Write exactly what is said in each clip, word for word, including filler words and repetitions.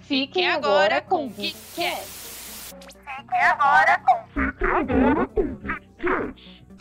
Fique agora com o KitKat. Fique agora com o KitKat.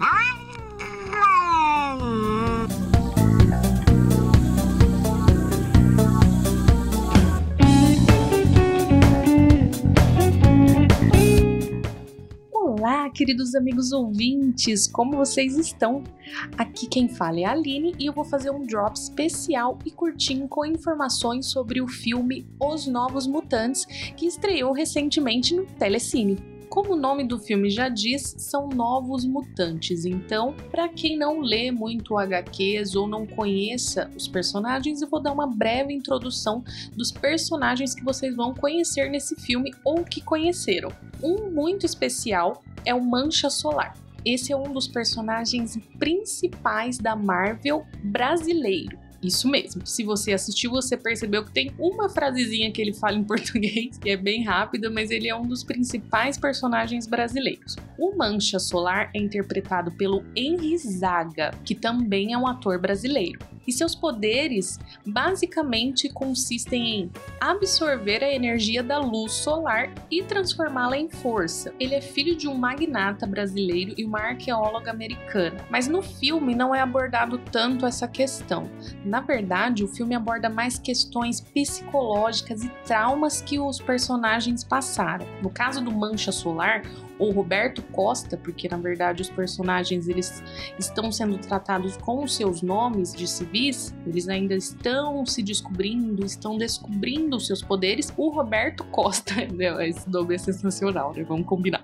Olá, queridos amigos ouvintes, como vocês estão? Aqui quem fala é a Aline e eu vou fazer um drop especial e curtinho com informações sobre o filme Os Novos Mutantes, que estreou recentemente no Telecine. Como o nome do filme já diz, são novos mutantes, então, para quem não lê muito agá quês ou não conheça os personagens, eu vou dar uma breve introdução dos personagens que vocês vão conhecer nesse filme ou que conheceram. Um muito especial é o Mancha Solar. Esse é um dos personagens principais da Marvel brasileiro. Isso mesmo, se você assistiu, você percebeu que tem uma frasezinha que ele fala em português, que é bem rápida, mas ele é um dos principais personagens brasileiros. O Mancha Solar é interpretado pelo Henry Zaga, que também é um ator brasileiro. E seus poderes basicamente consistem em absorver a energia da luz solar e transformá-la em força. Ele é filho de um magnata brasileiro e uma arqueóloga americana, mas no filme não é abordado tanto essa questão. Na verdade, o filme aborda mais questões psicológicas e traumas que os personagens passaram. No caso do Mancha Solar, ou Roberto Costa, porque na verdade os personagens eles estão sendo tratados com os seus nomes de civis, eles ainda estão se descobrindo, estão descobrindo os seus poderes. O Roberto Costa, esse nome é sensacional, né? Vamos combinar.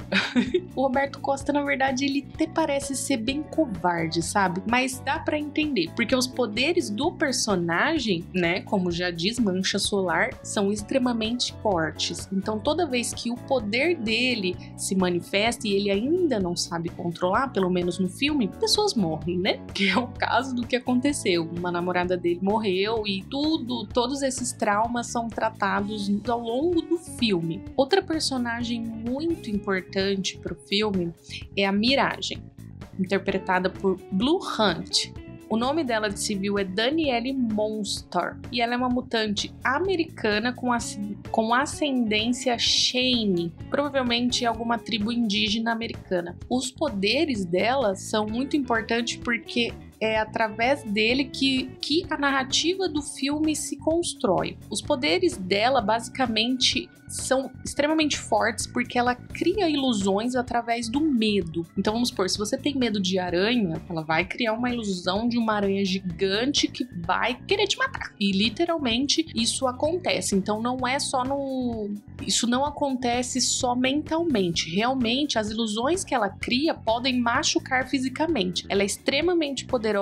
O Roberto Costa, na verdade, ele até parece ser bem covarde, sabe? Mas dá pra entender, porque os poderes do personagem, né, como já diz Mancha Solar, são extremamente fortes. Então toda vez que o poder dele se manifesta e ele ainda não sabe controlar, pelo menos no filme, pessoas morrem, né? Que é o caso do que aconteceu. Uma namorada dele morreu e tudo, todos esses traumas são tratados ao longo do filme. Outra personagem muito importante pro filme é a Miragem, interpretada por Blu Hunt. O nome dela de civil é Danielle Monster e ela é uma mutante americana com, as, com ascendência Cheyenne, provavelmente alguma tribo indígena americana. Os poderes dela são muito importantes porque é através dele que, que a narrativa do filme se constrói. Os poderes dela, basicamente, são extremamente fortes porque ela cria ilusões através do medo. Então, vamos supor, se você tem medo de aranha, ela vai criar uma ilusão de uma aranha gigante que vai querer te matar. E, literalmente, isso acontece. Então, não é só no... Isso não acontece só mentalmente. Realmente, as ilusões que ela cria podem machucar fisicamente. Ela é extremamente poderosa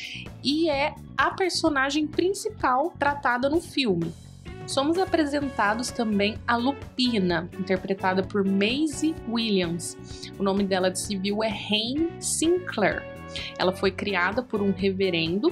e é a personagem principal tratada no filme. Somos apresentados também a Lupina, interpretada por Maisie Williams. O nome dela de civil é Hayne Sinclair. Ela foi criada por um reverendo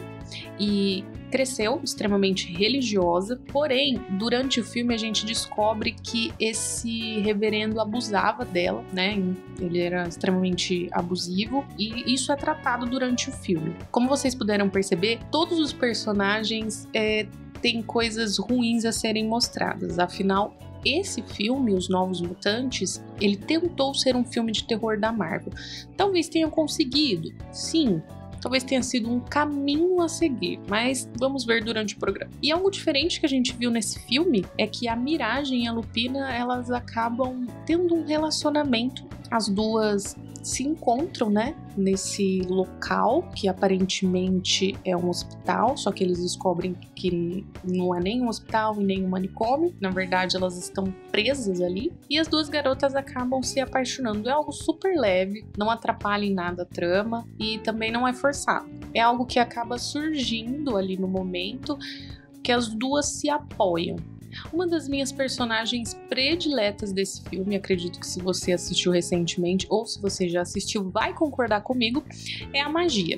e cresceu extremamente religiosa, porém, durante o filme a gente descobre que esse reverendo abusava dela, né? Ele era extremamente abusivo e isso é tratado durante o filme. Como vocês puderam perceber, todos os personagens é, têm coisas ruins a serem mostradas, afinal, esse filme, Os Novos Mutantes, ele tentou ser um filme de terror da Marvel. Talvez tenha conseguido, sim. Talvez tenha sido um caminho a seguir, mas vamos ver durante o programa. E algo diferente que a gente viu nesse filme é que a Miragem e a Lupina, elas acabam tendo um relacionamento. As duas se encontram, né, nesse local que aparentemente é um hospital, só que eles descobrem que não é nem um hospital e nem um manicômio. Na verdade, elas estão presas ali e as duas garotas acabam se apaixonando. É algo super leve, não atrapalha em nada a trama e também não é forçado. É algo que acaba surgindo ali no momento que as duas se apoiam. Uma das minhas personagens prediletas desse filme, acredito que se você assistiu recentemente ou se você já assistiu vai concordar comigo, é a Magia.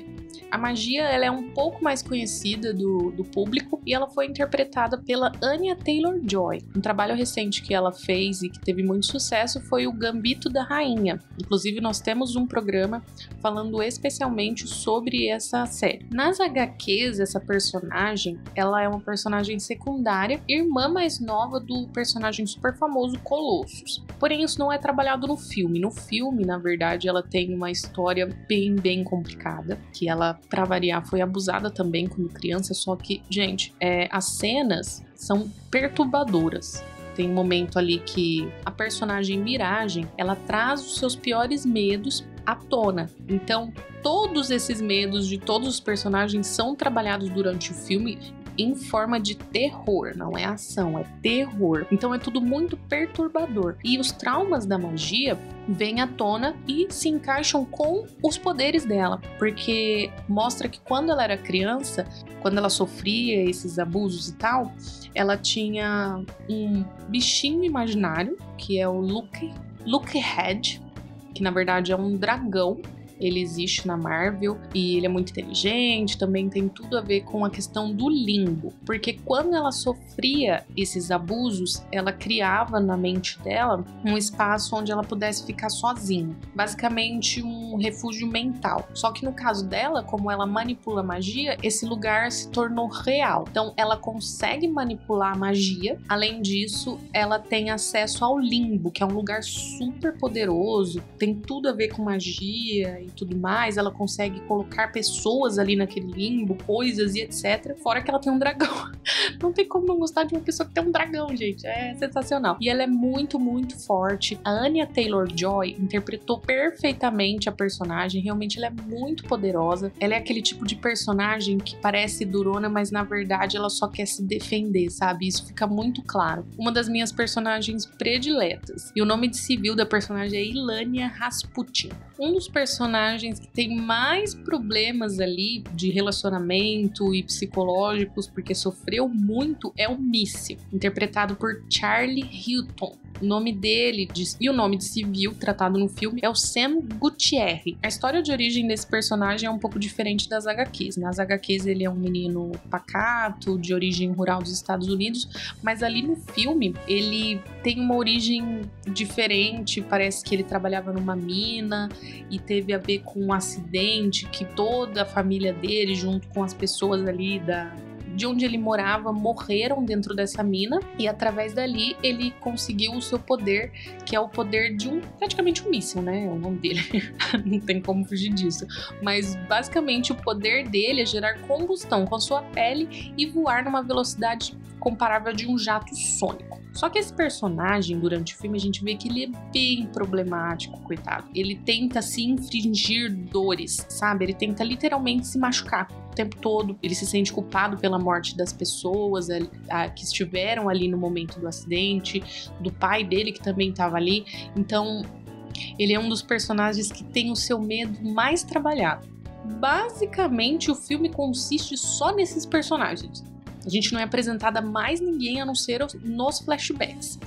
A magia ela é um pouco mais conhecida do, do público e ela foi interpretada pela Anya Taylor-Joy. Um trabalho recente que ela fez e que teve muito sucesso foi o Gambito da Rainha. Inclusive, nós temos um programa falando especialmente sobre essa série. Nas agá quês, essa personagem, ela é uma personagem secundária, irmã mais nova do personagem super famoso Colossus. Porém, isso não é trabalhado no filme. No filme, na verdade, ela tem uma história bem, bem complicada, que ela, pra variar, foi abusada também quando criança, só que, gente, é, as cenas são perturbadoras. Tem um momento ali que a personagem Miragem, ela traz os seus piores medos à tona. Então, todos esses medos de todos os personagens são trabalhados durante o filme em forma de terror, não é ação, é terror. Então é tudo muito perturbador. E os traumas da magia vêm à tona e se encaixam com os poderes dela, porque mostra que quando ela era criança, quando ela sofria esses abusos e tal, ela tinha um bichinho imaginário, que é o Luke, Lukehead, que na verdade é um dragão. Ele existe na Marvel e ele é muito inteligente, também tem tudo a ver com a questão do limbo, porque quando ela sofria esses abusos, ela criava na mente dela um espaço onde ela pudesse ficar sozinha, basicamente um refúgio mental. Só que no caso dela, como ela manipula magia, esse lugar se tornou real. Então ela consegue manipular a magia, além disso, ela tem acesso ao limbo, que é um lugar super poderoso, tem tudo a ver com magia e tudo mais, ela consegue colocar pessoas ali naquele limbo, coisas e etcétera. Fora que ela tem um dragão. Não tem como não gostar de uma pessoa que tem um dragão, gente. É sensacional. E ela é muito, muito forte. A Anya Taylor-Joy interpretou perfeitamente a personagem. Realmente ela é muito poderosa. Ela é aquele tipo de personagem que parece durona, mas na verdade ela só quer se defender, sabe? Isso fica muito claro. Uma das minhas personagens prediletas. E o nome de civil da personagem é Ilania Rasputin. Um dos personagens que tem mais problemas ali de relacionamento e psicológicos, porque sofreu muito, é o Missy, interpretado por Charlie Hilton. O nome dele de, e o nome de civil tratado no filme é o Sam Gutierrez. A história de origem desse personagem é um pouco diferente das agá quês. Nas agá quês ele é um menino pacato, de origem rural dos Estados Unidos, mas ali no filme ele tem uma origem diferente. Parece que ele trabalhava numa mina e teve a ver com um acidente que toda a família dele, junto com as pessoas ali da de onde ele morava, morreram dentro dessa mina, e através dali ele conseguiu o seu poder, que é o poder de um, praticamente um míssil, né? É o nome dele. Não tem como fugir disso. Mas basicamente o poder dele é gerar combustão com a sua pele e voar numa velocidade comparável de um jato sônico. Só que esse personagem, durante o filme, a gente vê que ele é bem problemático, coitado. Ele tenta se infligir dores, sabe? Ele tenta literalmente se machucar o tempo todo. Ele se sente culpado pela morte das pessoas a, a, que estiveram ali no momento do acidente, do pai dele que também estava ali. Então, ele é um dos personagens que tem o seu medo mais trabalhado. Basicamente, o filme consiste só nesses personagens. A gente não é apresentada a mais ninguém a não ser nos flashbacks.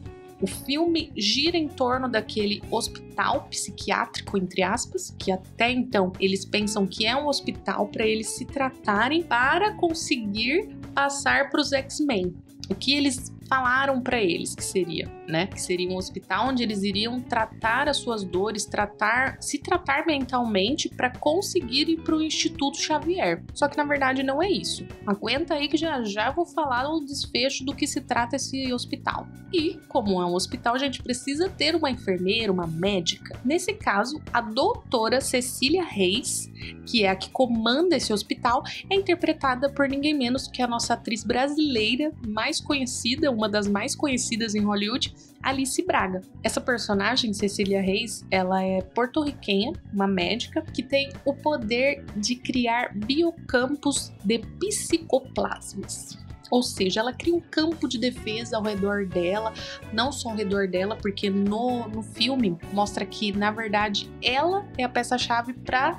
O filme gira em torno daquele hospital psiquiátrico, entre aspas, que até então eles pensam que é um hospital para eles se tratarem para conseguir passar para os X-Men. O que eles falaram para eles que seria, né? Que seria um hospital onde eles iriam tratar as suas dores, tratar, se tratar mentalmente para conseguir ir para o Instituto Xavier. Só que na verdade não é isso. Aguenta aí que já já vou falar o desfecho do que se trata esse hospital. E como é um hospital, a gente precisa ter uma enfermeira, uma médica. Nesse caso, a doutora Cecília Reis, que é a que comanda esse hospital, é interpretada por ninguém menos que a nossa atriz brasileira mais conhecida, uma das mais conhecidas em Hollywood, Alice Braga. Essa personagem, Cecília Reis, ela é porto-riquenha, uma médica, que tem o poder de criar biocampos de psicoplasmas. Ou seja, ela cria um campo de defesa ao redor dela, não só ao redor dela, porque no, no filme mostra que, na verdade, ela é a peça-chave para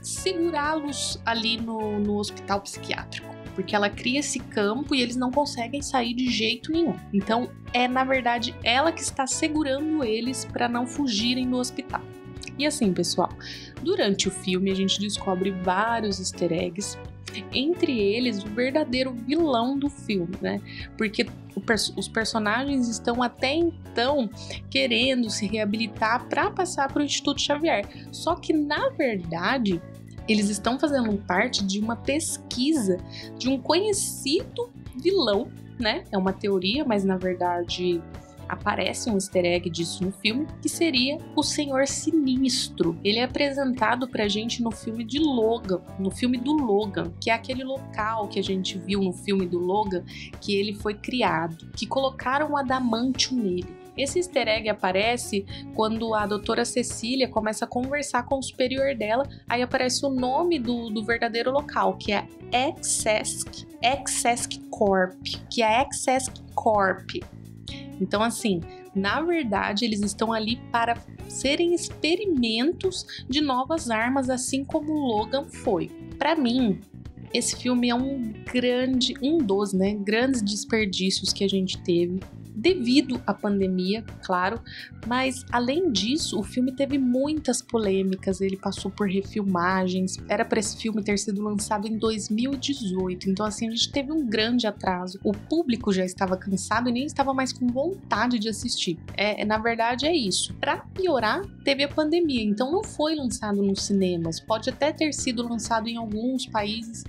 segurá-los ali no, no hospital psiquiátrico. Porque ela cria esse campo e eles não conseguem sair de jeito nenhum. Então, é, na verdade, ela que está segurando eles para não fugirem do hospital. E assim, pessoal, durante o filme a gente descobre vários easter eggs, entre eles o verdadeiro vilão do filme, né? Porque os personagens estão até então querendo se reabilitar para passar para o Instituto Xavier. Só que, na verdade, eles estão fazendo parte de uma pesquisa de um conhecido vilão, né? É uma teoria, mas na verdade aparece um easter egg disso no filme, que seria o Senhor Sinistro. Ele é apresentado pra gente no filme de Logan, no filme do Logan, que é aquele local que a gente viu no filme do Logan, que ele foi criado, que colocaram um adamantium nele. Esse easter egg aparece quando a doutora Cecília começa a conversar com o superior dela, aí aparece o nome do, do verdadeiro local, que é Exesc, Exesc Corp, que é Exesc Corp. Então, assim, na verdade, eles estão ali para serem experimentos de novas armas, assim como o Logan foi. Para mim, esse filme é um grande, um dos, né, grandes desperdícios que a gente teve devido à pandemia, claro, mas além disso, o filme teve muitas polêmicas, ele passou por refilmagens, era para esse filme ter sido lançado em dois mil e dezoito, então assim, a gente teve um grande atraso, o público já estava cansado e nem estava mais com vontade de assistir, é, na verdade é isso. Para piorar, teve a pandemia, então não foi lançado nos cinemas, pode até ter sido lançado em alguns países,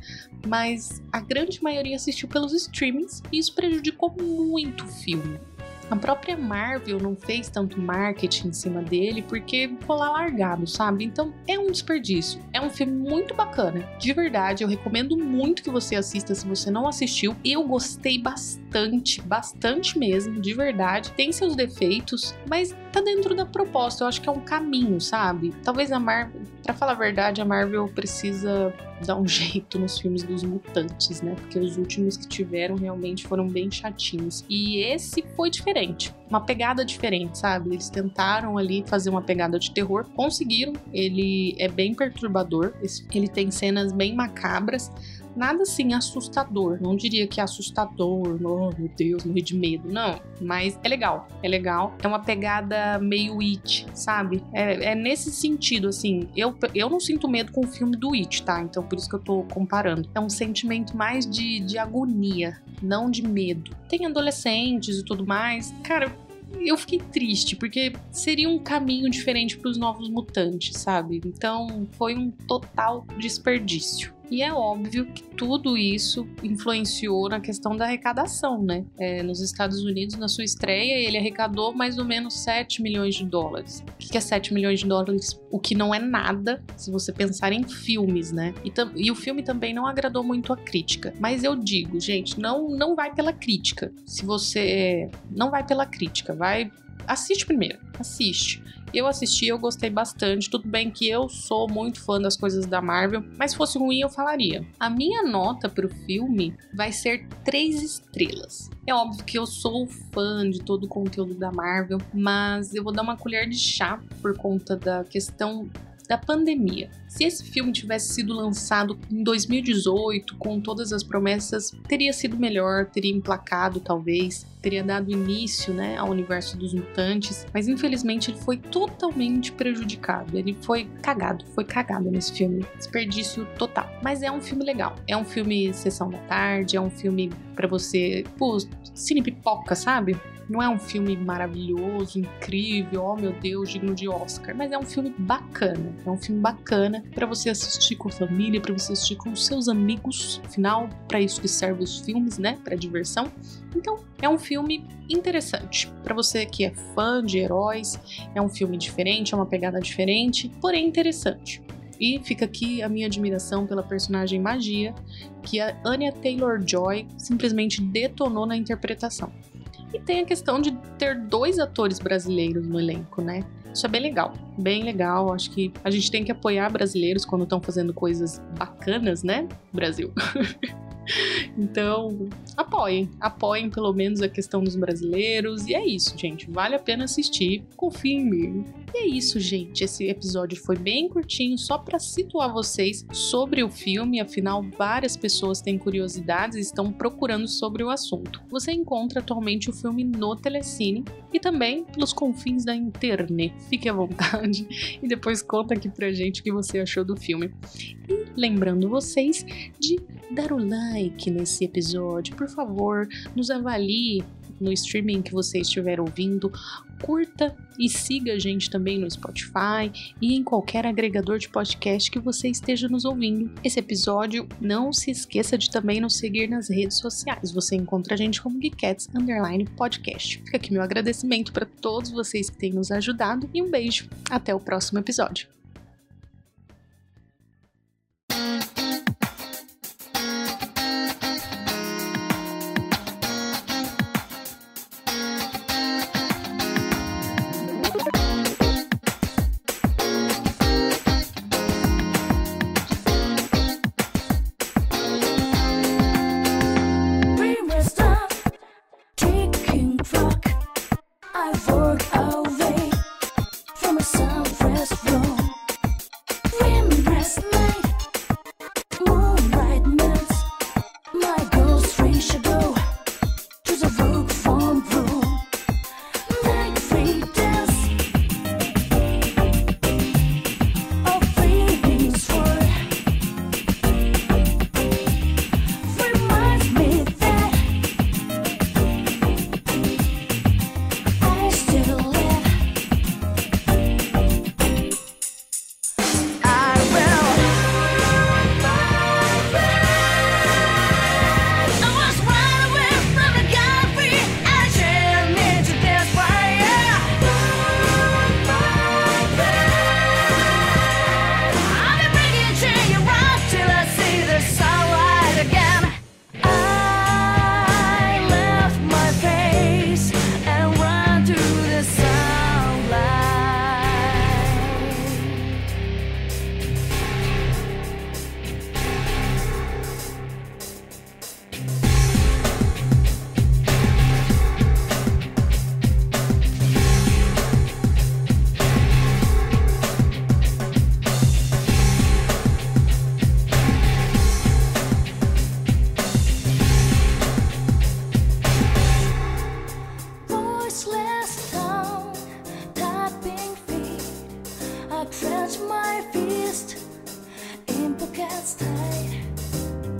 mas a grande maioria assistiu pelos streamings e isso prejudicou muito o filme. A própria Marvel não fez tanto marketing em cima dele porque ficou lá largado, sabe? Então é um desperdício. É um filme muito bacana. De verdade, eu recomendo muito que você assista se você não assistiu. Eu gostei bastante, bastante mesmo, de verdade. Tem seus defeitos, mas tá dentro da proposta. Eu acho que é um caminho, sabe? Talvez a Marvel, pra falar a verdade, a Marvel precisa dar um jeito nos filmes dos mutantes, né? Porque os últimos que tiveram realmente foram bem chatinhos. E esse foi diferente. Uma pegada diferente, sabe? Eles tentaram ali fazer uma pegada de terror, conseguiram. Ele é bem perturbador, ele tem cenas bem macabras, nada assim assustador, não diria que é assustador, oh meu Deus, morri de medo, não, mas é legal, é legal, é uma pegada meio It, sabe? É, é nesse sentido, assim, eu, eu não sinto medo com o filme do It, tá? Então por isso que eu tô comparando. É um sentimento mais de, de agonia, não de medo. Tem adolescentes e tudo mais, cara, eu fiquei triste, porque seria um caminho diferente para os novos mutantes, sabe? Então foi um total desperdício. E é óbvio que tudo isso influenciou na questão da arrecadação, né? É, nos Estados Unidos, na sua estreia, ele arrecadou mais ou menos sete milhões de dólares. O que é sete milhões de dólares? O que não é nada, se você pensar em filmes, né? E, e o filme também não agradou muito a crítica. Mas eu digo, gente, não, não vai pela crítica. Se você... Não vai pela crítica, vai... Assiste primeiro, assiste. Eu assisti, eu gostei bastante. Tudo bem que eu sou muito fã das coisas da Marvel, mas se fosse ruim eu falaria. A minha nota pro filme vai ser três estrelas. É óbvio que eu sou fã de todo o conteúdo da Marvel, mas eu vou dar uma colher de chá por conta da questão da pandemia. Se esse filme tivesse sido lançado em dois mil e dezoito, com todas as promessas, teria sido melhor, teria emplacado talvez, teria dado início, né, ao universo dos mutantes, mas infelizmente ele foi totalmente prejudicado, ele foi cagado, foi cagado nesse filme, desperdício total. Mas é um filme legal, é um filme sessão da tarde, é um filme pra você, pô, cine pipoca, sabe? Não é um filme maravilhoso, incrível, oh meu Deus, digno de Oscar, mas é um filme bacana, é um filme bacana pra você assistir com a família, pra você assistir com os seus amigos, afinal, pra isso que servem os filmes, né, pra diversão. Então, é um filme interessante, pra você que é fã de heróis, é um filme diferente, é uma pegada diferente, porém interessante. E fica aqui a minha admiração pela personagem Magia, que a Anya Taylor-Joy simplesmente detonou na interpretação. E tem a questão de ter dois atores brasileiros no elenco, né? Isso é bem legal, bem legal. Acho que a gente tem que apoiar brasileiros quando estão fazendo coisas bacanas, né? Brasil. Então, apoiem, apoiem pelo menos a questão dos brasileiros. E é isso, gente, vale a pena assistir, confia em mim. E é isso, gente, esse episódio foi bem curtinho, só para situar vocês sobre o filme, afinal várias pessoas têm curiosidades e estão procurando sobre o assunto. Você encontra atualmente o filme no Telecine e também pelos confins da internet. Fique à vontade e depois conta aqui pra gente o que você achou do filme. E lembrando vocês de dar o like nesse episódio, por favor, nos avalie no streaming que você estiver ouvindo, curta e siga a gente também no Spotify e em qualquer agregador de podcast que você esteja nos ouvindo. Esse episódio, não se esqueça de também nos seguir nas redes sociais. Você encontra a gente como Geekettes Underline Podcast. Fica aqui meu agradecimento para todos vocês que têm nos ajudado e um beijo. Até o próximo episódio.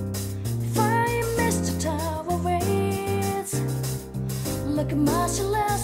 Like a martial